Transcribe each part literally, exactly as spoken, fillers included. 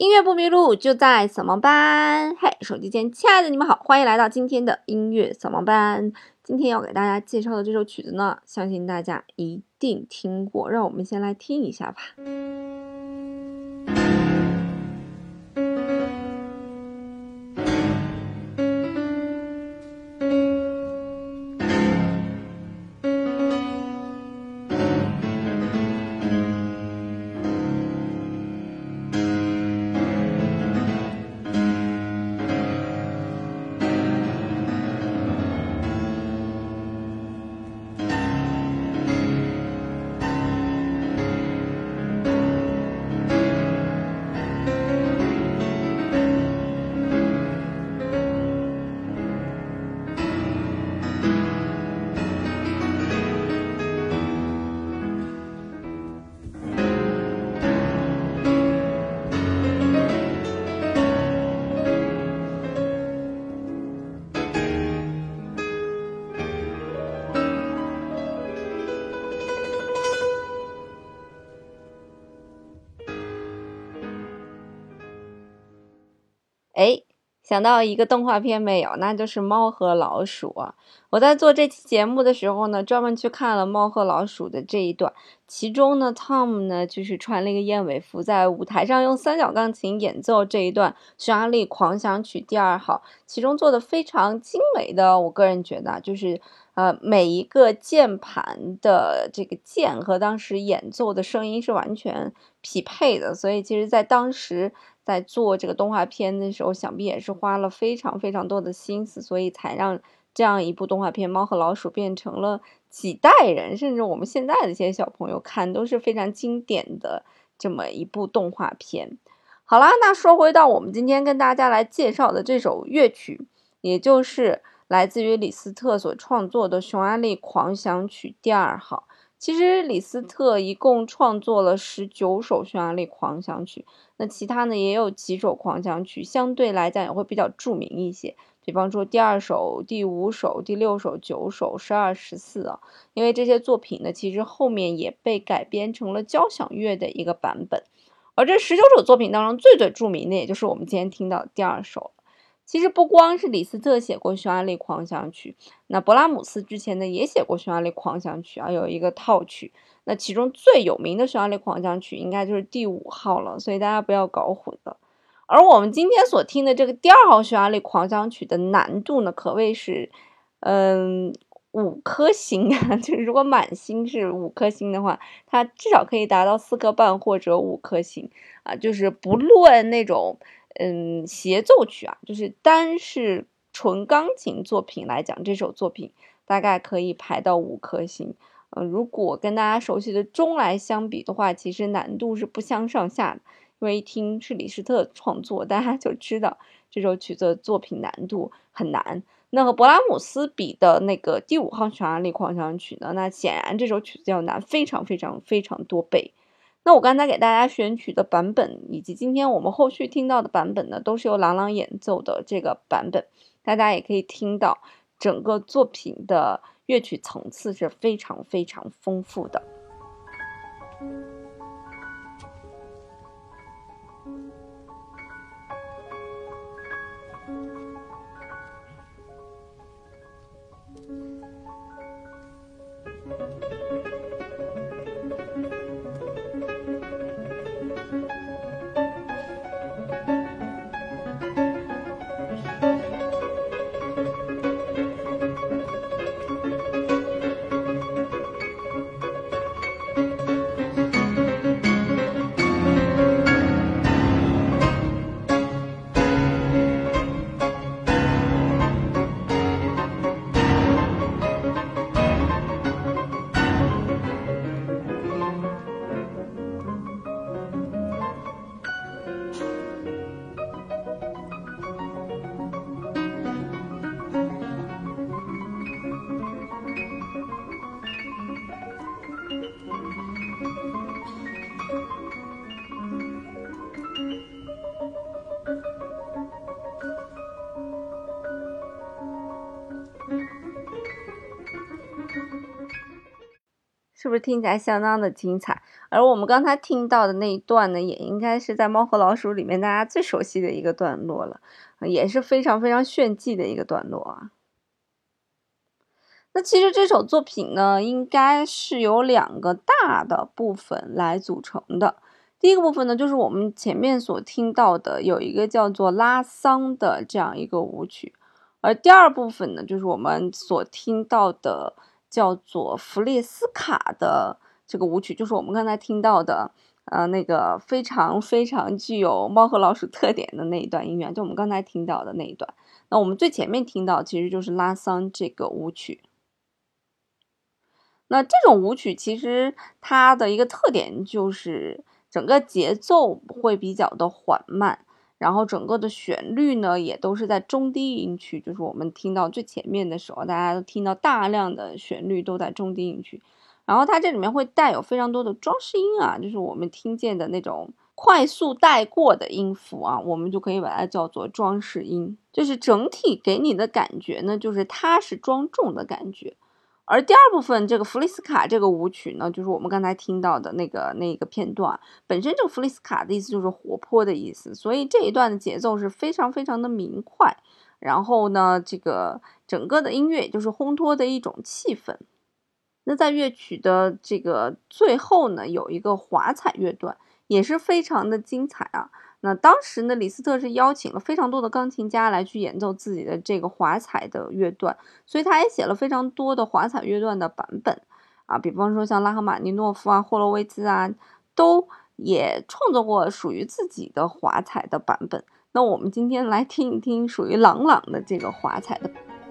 音乐不迷路，就在扫盲班。嘿，手机前亲爱的你们好，欢迎来到今天的音乐扫盲班。今天要给大家介绍的这首曲子呢，相信大家一定听过，让我们先来听一下吧。哎，想到一个动画片没有？那就是《猫和老鼠》啊！我在做这期节目的时候呢，专门去看了《猫和老鼠》的这一段。其中呢 ，Tom 呢就是穿了一个燕尾服，在舞台上用三角钢琴演奏这一段匈牙利狂想曲第二号，其中做的非常精美的，我个人觉得就是呃每一个键盘的这个键和当时演奏的声音是完全匹配的，所以其实在当时在做这个动画片的时候，想必也是花了非常非常多的心思，所以才让这样一部动画片《猫和老鼠》变成了几代人，甚至我们现在的一些小朋友看都是非常经典的这么一部动画片。好啦，那说回到我们今天跟大家来介绍的这首乐曲，也就是来自于李斯特所创作的匈牙利狂想曲第二号。其实李斯特一共创作了十九首匈牙利狂想曲，那其他呢也有几首狂想曲，相对来讲也会比较著名一些，比方说第二首、第五首、第六首、九首、十二、十四啊，因为这些作品呢，其实后面也被改编成了交响乐的一个版本。而这十九首作品当中，最最著名的也就是我们今天听到的第二首。其实不光是李斯特写过匈牙利狂想曲，那勃拉姆斯之前呢也写过匈牙利狂想曲啊，有一个套曲。那其中最有名的匈牙利狂想曲应该就是第五号了，所以大家不要搞混了。而我们今天所听的这个第二号匈牙利狂想曲的难度呢，可谓是，嗯，五颗星啊！就是如果满星是五颗星的话，它至少可以达到四颗半或者五颗星啊。就是不论那种嗯协奏曲啊，就是单是纯钢琴作品来讲，这首作品大概可以排到五颗星。嗯，如果跟大家熟悉的钟来相比的话，其实难度是不相上下的。因为一听是李斯特创作，大家就知道这首曲子的作品难度很难。那和勃拉姆斯比的那个第五号匈牙利狂想曲呢，那显然这首曲子要难非常非常非常多倍。那我刚才给大家选取的版本，以及今天我们后续听到的版本呢，都是由郎朗演奏的这个版本，大家也可以听到整个作品的乐曲层次是非常非常丰富的。 是不是听起来相当的精彩？而我们刚才听到的那一段呢，也应该是在《猫和老鼠》里面大家最熟悉的一个段落了，也是非常非常炫技的一个段落啊。那其实这首作品呢，应该是由两个大的部分来组成的。第一个部分呢，就是我们前面所听到的，有一个叫做拉桑的这样一个舞曲，而第二部分呢，就是我们所听到的叫做弗列斯卡的这个舞曲，就是我们刚才听到的，呃，那个非常非常具有猫和老鼠特点的那一段音乐，就我们刚才听到的那一段。那我们最前面听到其实就是拉桑这个舞曲。那这种舞曲其实它的一个特点就是整个节奏会比较的缓慢，然后整个的旋律呢也都是在中低音区，就是我们听到最前面的时候，大家都听到大量的旋律都在中低音区，然后它这里面会带有非常多的装饰音啊，就是我们听见的那种快速带过的音符啊，我们就可以把它叫做装饰音，就是整体给你的感觉呢，就是它是庄重的感觉。而第二部分这个弗利斯卡这个舞曲呢，就是我们刚才听到的那个那个片段，本身这个弗利斯卡的意思就是活泼的意思，所以这一段的节奏是非常非常的明快，然后呢，这个整个的音乐也就是烘托的一种气氛。那在乐曲的这个最后呢，有一个华彩乐段，也是非常的精彩啊。那当时呢，李斯特是邀请了非常多的钢琴家来去演奏自己的这个华彩的乐段，所以他也写了非常多的华彩乐段的版本啊，比方说像拉赫玛尼诺夫啊、霍洛维兹啊，都也创作过属于自己的华彩的版本。那我们今天来听一听属于郎朗的这个华彩的版本。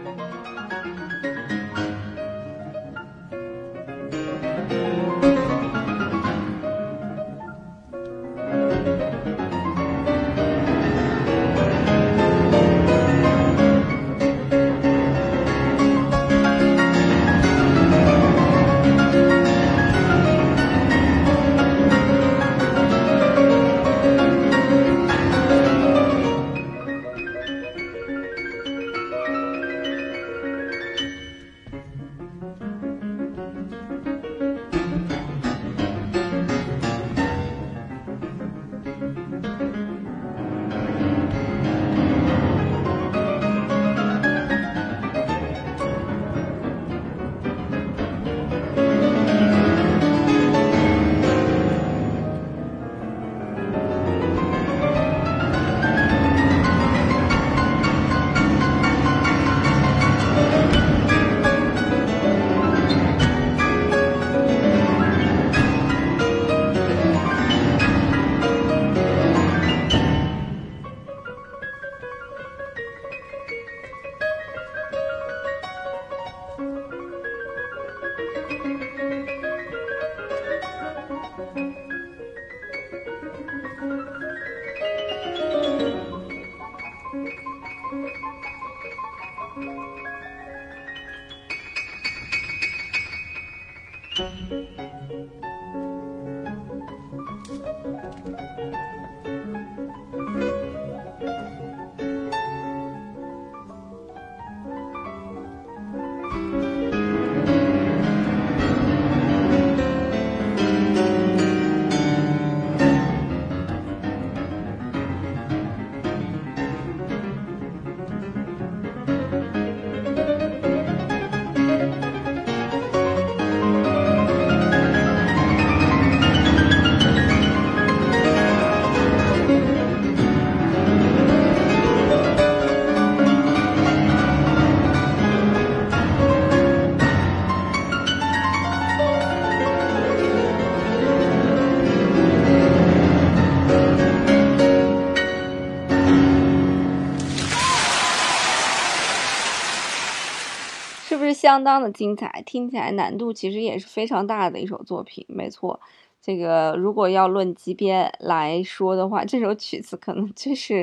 是不是相当的精彩？听起来难度其实也是非常大的一首作品。没错，这个如果要论级别来说的话，这首曲子可能就是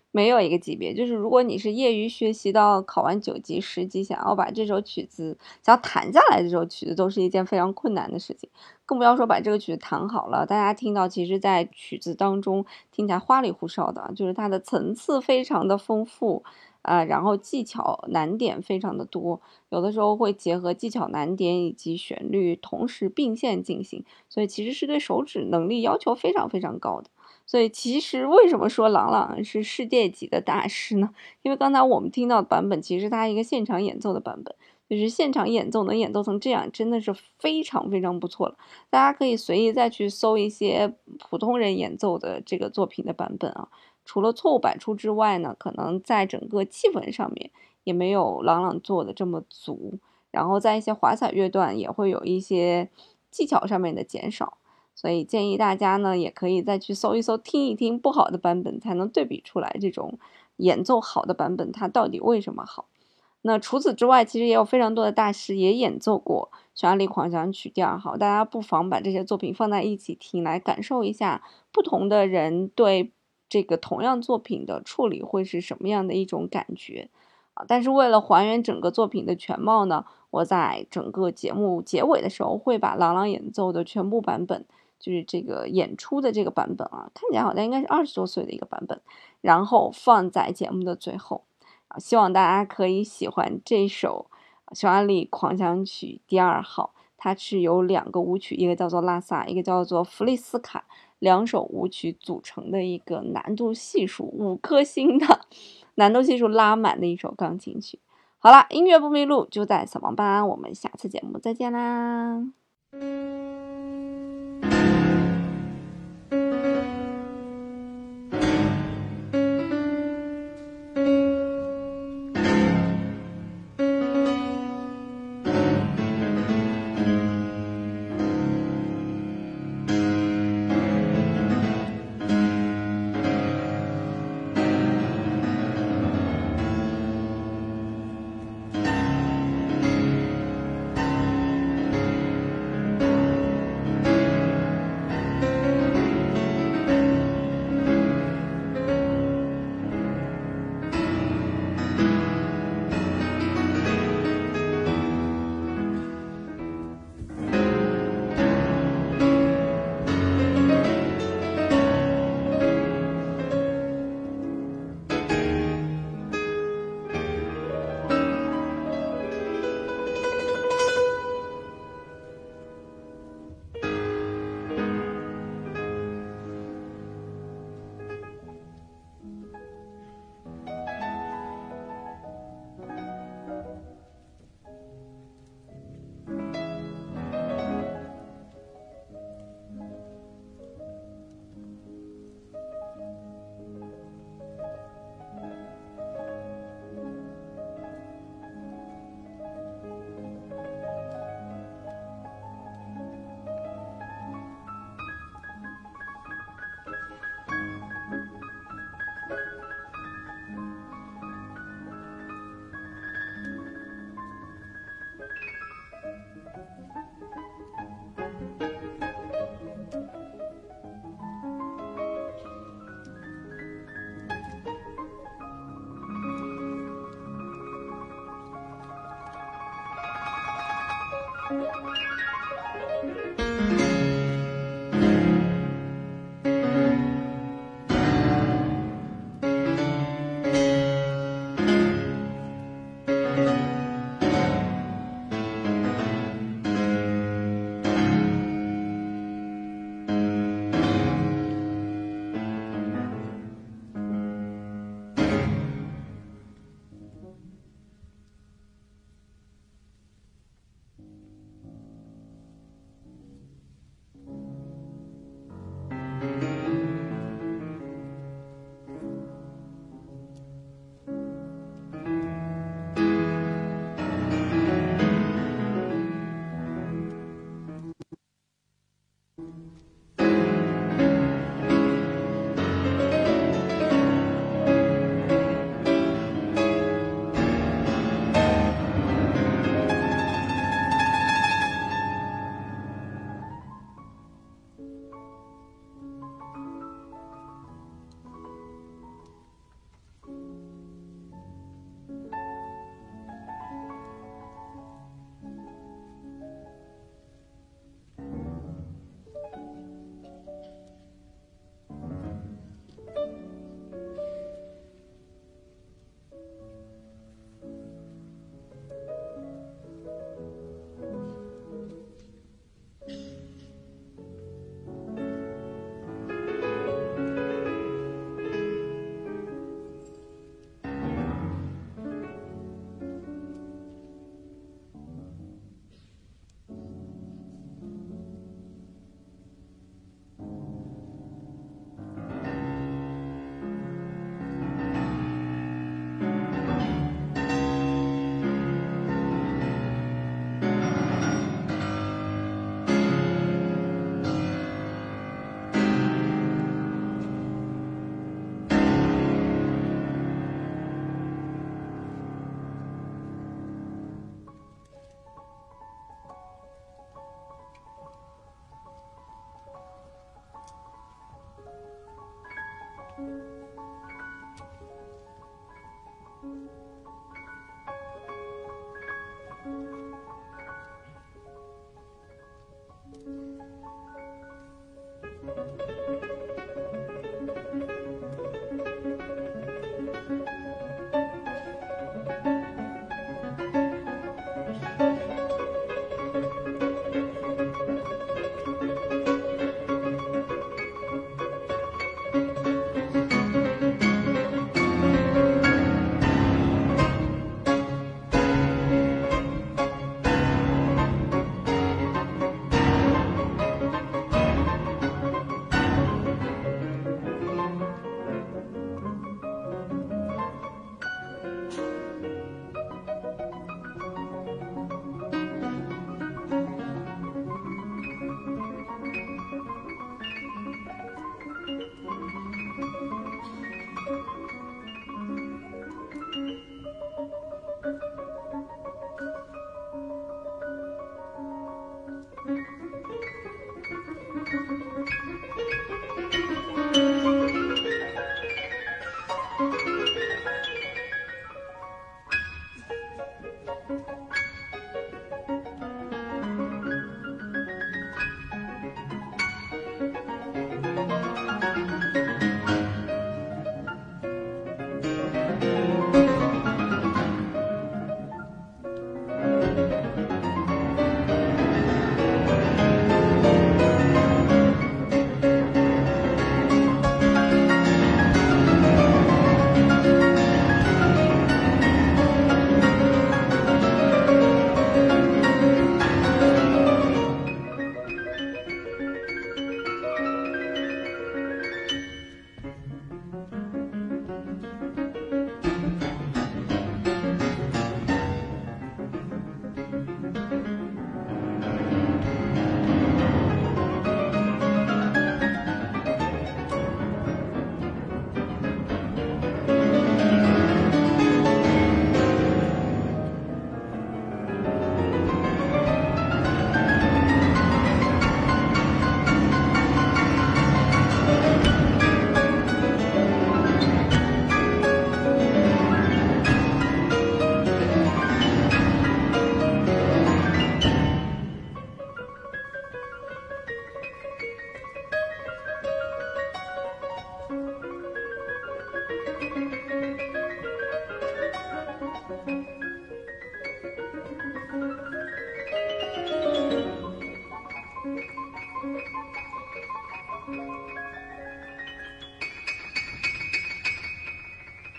没有一个级别，就是如果你是业余学习到考完九级、十级，想要把这首曲子想要弹下来，这首曲子都是一件非常困难的事情，更不要说把这个曲子弹好了。大家听到，其实在曲子当中听起来花里胡哨的，就是它的层次非常的丰富，呃，然后技巧难点非常的多，有的时候会结合技巧难点以及旋律同时并线进行，所以其实是对手指能力要求非常非常高的。所以其实为什么说郎朗是世界级的大师呢？因为刚才我们听到的版本，其实它一个现场演奏的版本，就是现场演奏能演奏成这样，真的是非常非常不错了。大家可以随意再去搜一些普通人演奏的这个作品的版本啊，除了错误百出之外呢，可能在整个气氛上面也没有郎朗做的这么足，然后在一些华彩乐段也会有一些技巧上面的减少。所以建议大家呢，也可以再去搜一搜，听一听不好的版本，才能对比出来这种演奏好的版本它到底为什么好。那除此之外，其实也有非常多的大师也演奏过匈牙利狂想曲第二号，大家不妨把这些作品放在一起听，来感受一下不同的人对这个同样作品的处理会是什么样的一种感觉啊。但是为了还原整个作品的全貌呢，我在整个节目结尾的时候会把郎朗演奏的全部版本，就是这个演出的这个版本啊，看起来好像应该是二十多岁的一个版本，然后放在节目的最后啊，希望大家可以喜欢这首匈牙利狂想曲第二号。它是由两个舞曲，一个叫做拉萨，一个叫做弗利斯卡，两首舞曲组成的一个难度系数五颗星的难度系数拉满的一首钢琴曲。好了，音乐不迷路就在扫盲班，我们下次节目再见啦。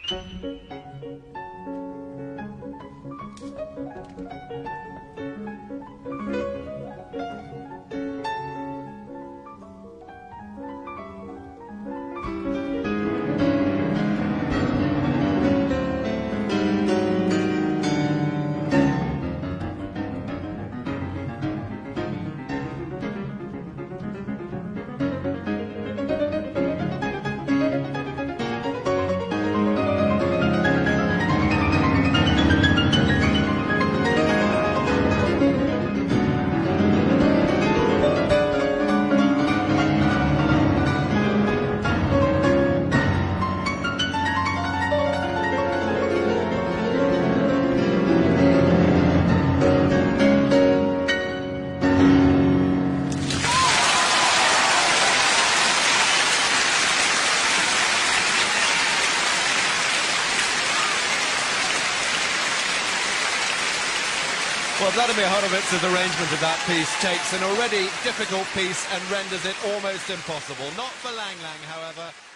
Well, Vladimir Horowitz's arrangement of that piece takes an already difficult piece and renders it almost impossible. Not for Lang Lang, however.